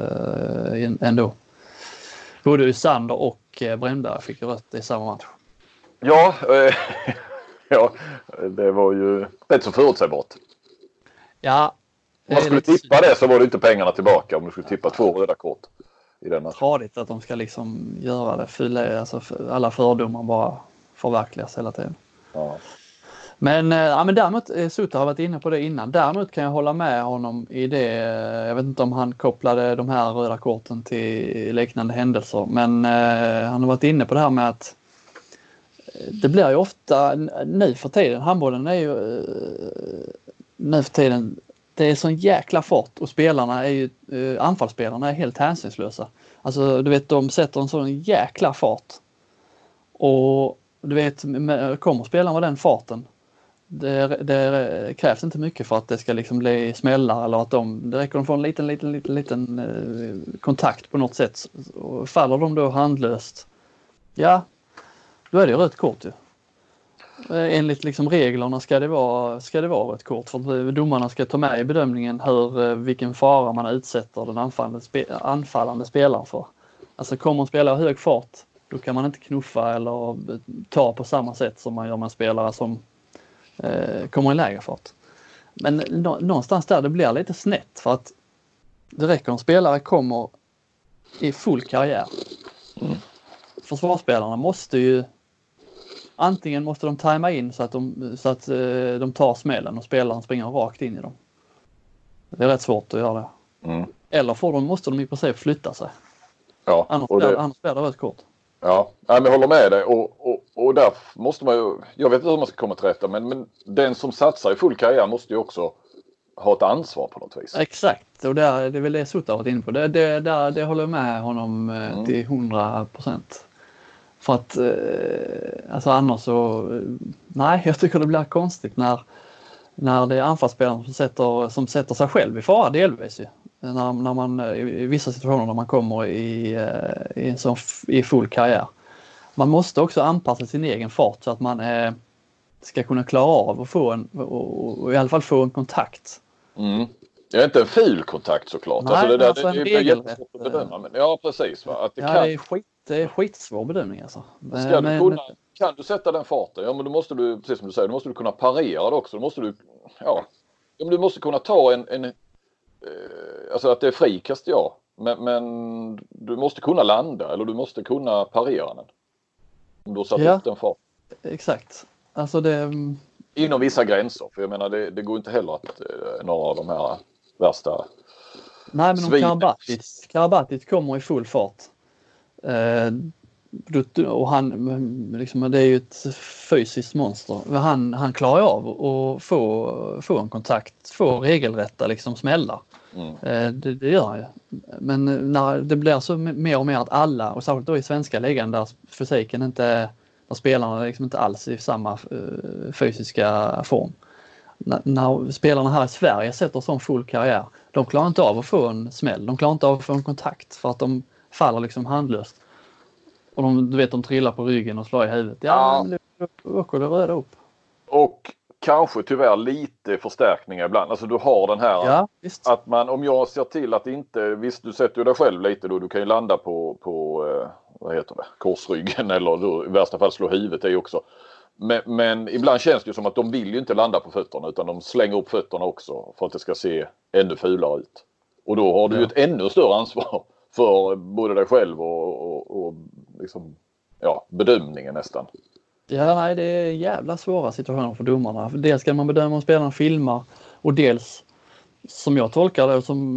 eh, ändå. Både Usander och eh, Brännberg fick rött i samma match. Ja, eh, ja, det var ju rätt så förutsägbart. Ja. Om man skulle tippa det så var det inte pengarna tillbaka om du skulle tippa två röda kort i den matchen. Tradigt att de ska liksom göra det. Fylla, alltså alla fördomar bara förverkligas hela tiden. Ja. Men, ja, men däremot, Sutta har varit inne på det innan. Däremot kan jag hålla med honom i det. Jag vet inte om han kopplade de här röda korten till liknande händelser. Men eh, han har varit inne på det här med att det blir ju ofta nu för tiden. Handbollen är ju eh, nu för tiden. Det är sån jäkla fart och spelarna är ju, eh, anfallsspelarna är helt hänsynslösa. Alltså du vet, de sätter en sån jäkla fart. Och du vet, kommer spelaren med den farten. Det, det krävs inte mycket för att det ska liksom bli smällar eller att de, det räcker att de får en liten, liten, liten, liten eh, kontakt på något sätt. Och faller de då handlöst, ja, då är det ju rött kort ju. Enligt liksom reglerna ska det vara, ska det vara rött kort för att domarna ska ta med i bedömningen hur, vilken fara man utsätter den anfallande, spe, anfallande spelaren för. Alltså kommer en spelare i hög fart, då kan man inte knuffa eller ta på samma sätt som man gör med en spelare som eh, kommer i lägre fart. Men nå, någonstans där det blir lite snett för att det räcker en spelare kommer i full karriär. Mm. Försvarsspelarna måste ju antingen måste de tajma in så att de, så att, eh, de tar smällen och spelaren springer rakt in i dem. Det är rätt svårt att göra det. Mm. Eller får de, måste de i princip flytta sig. Ja, annars, och det... spelar, annars spelar det rätt kort. Ja, men jag håller med dig och, och, och där måste man ju, jag vet inte hur man ska komma till rätta men, men den som satsar i full karriär måste ju också ha ett ansvar på något vis. Exakt, och där, det är väl det Sutta har varit inne på. Det, det, där, det håller jag med honom mm. till hundra procent. För att eh, alltså annars så, nej jag tycker det blir konstigt när, när det är anfallsspelaren som sätter, som sätter sig själv i fara delvis ju. När, när man, i vissa situationer när man kommer i, i, en sån, i full karriär. Man måste också anpassa sin egen fart så att man eh, ska kunna klara av att få en, och, och i alla fall få en kontakt. Mm. Det är inte en ful kontakt såklart. Nej, alltså det där, alltså det, en det är regelrätt. att bedöma. Men, ja, precis. Va? Att det, ja, kan, det, är skit, det är skitsvår bedömning alltså. Ska men, du kunna, kan du sätta den farten? Ja, men då måste du, precis som du säger, då måste du kunna parera det också. Då måste du, ja, Ja, men du måste kunna ta en, en eh, alltså att det är frikast, ja. Men, men du måste kunna landa eller du måste kunna parera den. Om du har satt Ja. upp den fart. Exakt. Alltså det... Inom vissa gränser. För jag menar det, det går inte heller att eh, några av de här värsta... Nej, men om Svin. Karabatic, Karabatic kommer i full fart. Eh, och han, liksom, det är ju ett fysiskt monster. Han, han klarar av att få, få en kontakt, få regelrätta liksom smällar. Mm. Eh, det, det gör han ju. Men när det blir så mer och mer att alla, och särskilt då i svenska ligan där fysiken inte är, där spelarna liksom inte alls i samma uh, fysiska form. N- när spelarna här i Sverige sätter sån full karriär, de klarar inte av att få en smäll, de klarar inte av att få en kontakt för att de faller liksom handlöst. Och de, du vet, de trillar på ryggen och slår i huvudet. Ja, ja. Då åker det röda upp. Och kanske tyvärr lite förstärkningar ibland. Alltså du har den här ja, visst. Att man, om jag ser till att inte, visst du sätter ju dig själv lite då, du kan ju landa på, på eh, vad heter det, korsryggen eller då, i värsta fall slå huvudet är ju också. Men, men ibland känns det ju som att de vill ju inte landa på fötterna utan de slänger upp fötterna också för att det ska se ännu fulare ut. Och då har du ju ja. ett ännu större ansvar för både dig själv och, och, och liksom, ja, bedömningen nästan. Ja, nej, det är jävla svåra situationer för domarna. Dels ska man bedöma om spelaren filmar och dels, som jag tolkar det, som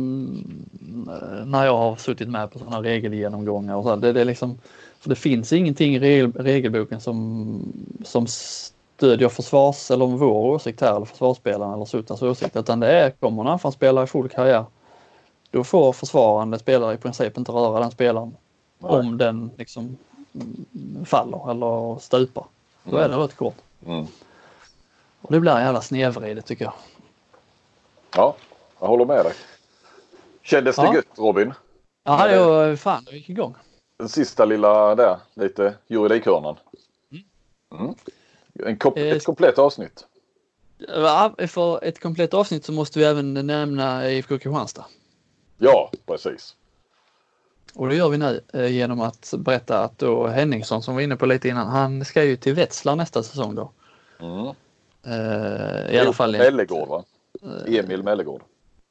när jag har suttit med på sådana regelgenomgångar och så, det, det är liksom, för det finns ingenting i regel, regelboken som, som stödjer försvars eller vår åsikt här eller försvarsspelaren eller Sutas åsikt, utan det är, kommer när han spelar i full karriär, då får försvarande spelare i princip inte röra den spelaren. Nej. Om den liksom faller eller stupar. Då är det rött kort. Mm. Och det blir jävla snedvridet tycker jag. Ja, jag håller med dig. Kändes det ja. gött, Robin? Ja, det var fan, det gick igång. Den sista lilla där, lite juridikhörnan. Mm. En kom- eh, ett komplett avsnitt. Ja, för ett komplett avsnitt så måste vi även nämna I F K Kristianstad. Ja, precis. Och det gör vi nu eh, genom att berätta att då Henningsson som var inne på lite innan, han ska ju till Wetzlar nästa säsong då. Mm. Eh, I alla fall. Mellegård, va? Eh, Emil Mellegård.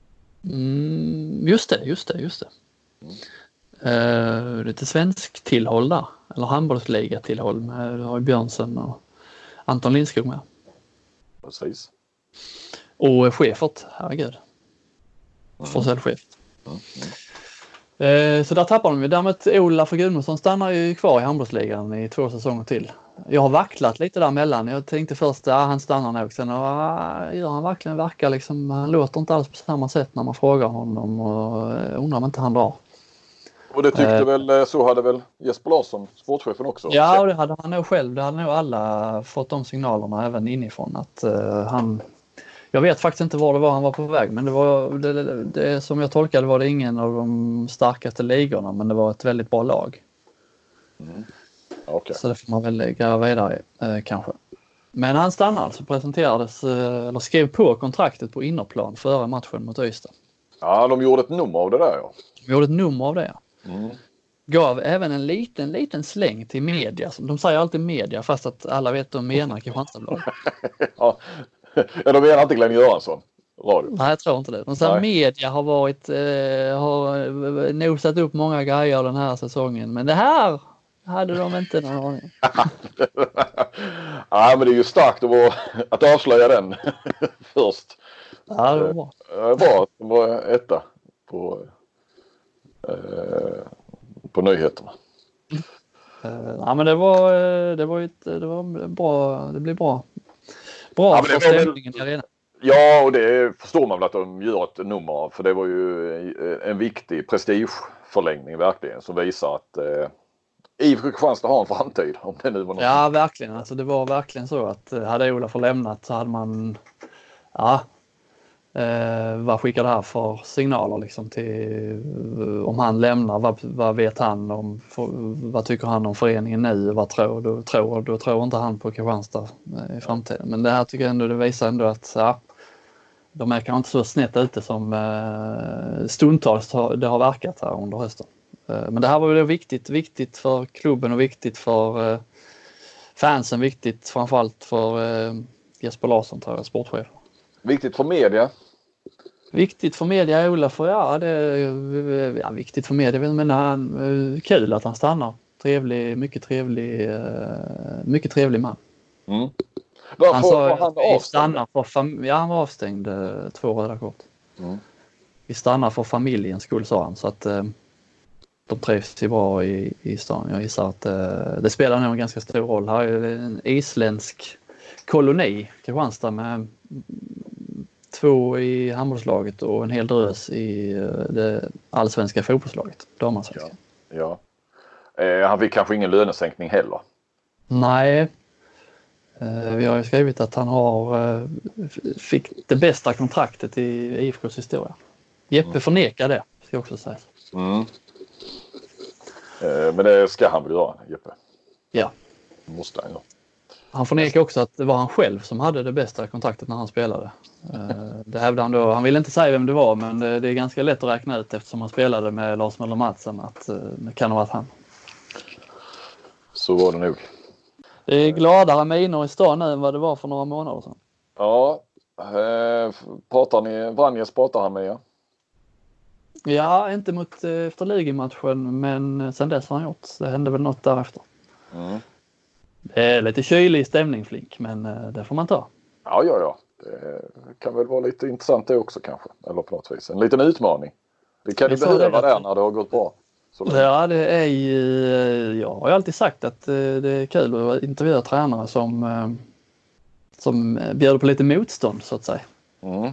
Mm, just det, just det, just det. Mm. Eh, lite svensk tillhåll där. Eller handbollsliga tillhåll med du har ju Björnsen och Anton Lindskog med. Precis. Och Schäfert, herregud. Mm. Forsell-Schäfert. Mm. Mm. Så där tappar de ju. Däremot Ola Gudmundsson stannar ju kvar i handbollsligan i två säsonger till. Jag har vacklat lite där mellan. Jag tänkte först att han stannar nog. Sen ah, gör han verkligen verkar liksom. Han låter inte alls på samma sätt när man frågar honom. Och undrar om inte han drar. Och det tyckte eh, väl, så hade väl Jesper Larsson, sportchefen också. Ja, och det hade han nog själv. Det hade nog alla fått de signalerna även inifrån. Att uh, han... Jag vet faktiskt inte var det var han var på väg, men det var det, det, det som jag tolkade var det ingen av de starkaste ligorna, men det var ett väldigt bra lag. Mm. Okay. Så det får man väl gräva vidare i, eh, kanske. Men han stannade alltså, presenterades eh, eller skrev på kontraktet på innerplan före matchen mot Ystad. Ja, de gjorde ett nummer av det där, ja. De gjorde ett nummer av det, ja. Mm. Gav även en liten, liten släng till media. De säger alltid media, fast att alla vet att de menar Kristianstadsbladet. Ja. Ja, de menar inte Glenn Göransson. Radio. Nej, jag tror inte det. De säger att media har varit eh, har nosat upp många grejer den här säsongen. Men det här hade de inte någon aning. Ja, men det är ju starkt att, vara, att avslöja den först. Ja, det var bra. Det var bra att de var etta på, eh, på nyheterna. Uh, ja, men det var det var ett, det var bra, det blir bra. Bra ja, för stämningen i arenan. Ja, och det förstår man väl att de gör ett nummer av, för det var ju en viktig prestigeförlängning verkligen som visar att eh, I F K Kristianstad har en framtid, om det nu var något. Ja, verkligen. Alltså, det var verkligen så att hade Ola förlämnat så hade man ja eh, vad skickar det här för signaler liksom till om han lämnar, vad, vad vet han om för, vad tycker han om föreningen nu, vad tror du tror då tror inte han på Kristianstad i framtiden. Men det här tycker jag ändå det visar ändå att ja, de är kanske inte så snett ute som eh, stundtals har, det har verkat här under hösten. Eh, men det här var ju viktigt viktigt för klubben och viktigt för eh, fansen, viktigt framförallt för eh, Jesper Larsson, tror jag, sportchef. Viktigt för media? Viktigt för media, Ola, för ja, det är ja, viktigt för media, men han, kul att han stannar. Trevlig, mycket trevlig, mycket trevlig man. Mm. Han sa att vi stannar för fam- ja, han var avstängd, två röda kort. Mm. Vi stannar för familjens skull, sa han, så att eh, de trivs bra i, i stan. Jag gissar att eh, det spelar nog en ganska stor roll. Här är en isländsk koloni, Kristianstad, med två i handbollslaget och en hel drös i det allsvenska fotbollslaget, damallsvenskan. Ja. ja. Eh, han fick kanske ingen lönesänkning heller. Nej. Eh, vi har ju skrivit att han har eh, fick det bästa kontraktet i I F K:s historia. Jeppe mm. förnekar det, ska jag också säga. Mm. Eh, men det ska han väl göra, Jeppe? Ja. Måste han, ja. Han förnekar också att det var han själv som hade det bästa kontraktet när han spelade. Det hävdade han då. Han ville inte säga vem det var, men det är ganska lätt att räkna ut eftersom han spelade med Lars Möller Madsen att det kan ha varit han. Så var det nog. Det är gladare miner i stan nu än vad det var för några månader sedan. Ja, eh, pratar ni, Vranjes pratar han med er? Ja, inte mot efter ligamatchen, men sen dess har han gjort. Det hände väl något därefter. Mm. Det är lite kylig stämning, Flink, men det får man ta. Ja, ja, ja. Det kan väl vara lite intressant det också kanske. Eller på något vis. En liten utmaning. Det kan du behöva där när det har gått bra. Så ja, det är ju... Jag har ju alltid sagt att det är kul att intervjua tränare som, som bjuder på lite motstånd, så att säga. Mm.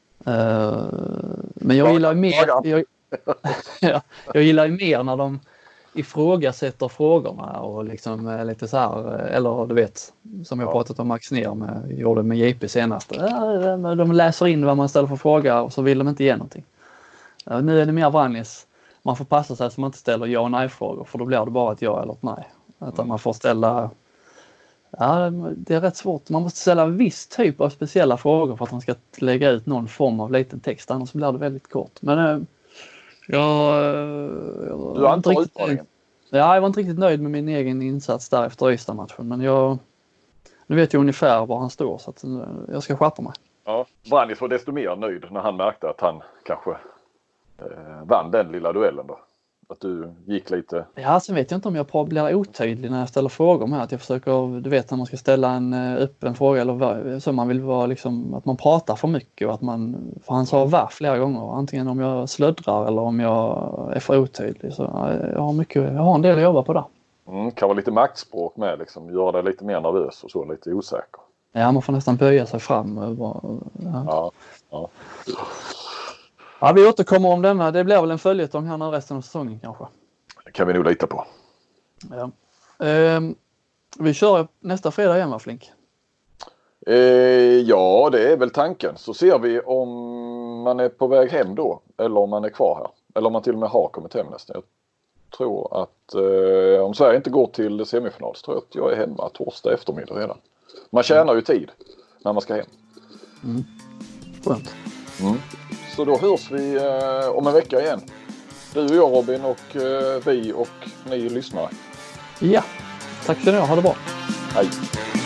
Men jag gillar ju mer... Jag, ja, jag gillar ju mer när de ifrågasätter frågorna och liksom lite så här, eller du vet, som jag pratat om Max Ner med, gjorde med J P senast. De läser in vad man ställer för fråga och så vill de inte ge någonting. Nu är det mer Vranjes. Man får passa sig så man inte ställer ja och nej-frågor, för då blir det bara ett ja eller ett nej. Utan man får ställa, ja, det är rätt svårt. Man måste ställa en viss typ av speciella frågor för att man ska lägga ut någon form av liten text, annars blir det väldigt kort. Men jag, jag, du har inte riktigt, ja, jag var inte riktigt nöjd med min egen insats där efter Ystad-matchen, men jag, nu vet jag ungefär var han står, så att jag ska skärpa mig. Ja, Vranjes var desto mer nöjd när han märkte att han kanske eh, vann den lilla duellen då. Att du gick lite... Ja, sen vet jag inte om jag blir otydlig när jag ställer frågor med. Att jag försöker, du vet, när man ska ställa en öppen fråga eller så, man vill vara liksom, att man pratar för mycket och att man, för han sa var flera gånger, antingen om jag slöddrar eller om jag är för otydlig. Så jag har mycket, jag har en del att jobba på där. Mm, kan vara lite maktspråk med, liksom, göra det lite mer nervös och så, lite osäker. Ja, man får nästan böja sig fram. Och bara, ja. Ja, ja. Ja, vi återkommer om denna. Det blir väl en följetong här nu resten av säsongen kanske. Det kan vi nog lita på. Ja. Ehm, vi kör nästa fredag igen, va, Flink? Eh, ja, det är väl tanken. Så ser vi om man är på väg hem då. Eller om man är kvar här. Eller om man till och med har kommit hem nästan. Jag tror att eh, om Sverige inte går till semifinal så tror jag att jag är hemma torsdag eftermiddag redan. Man tjänar ju tid när man ska hem. Mm. Skönt. Mm. Så då hörs vi eh, om en vecka igen. Du och jag, Robin, och eh, vi och ni lyssnare. Ja, tack för det. Ha det bra. Hej.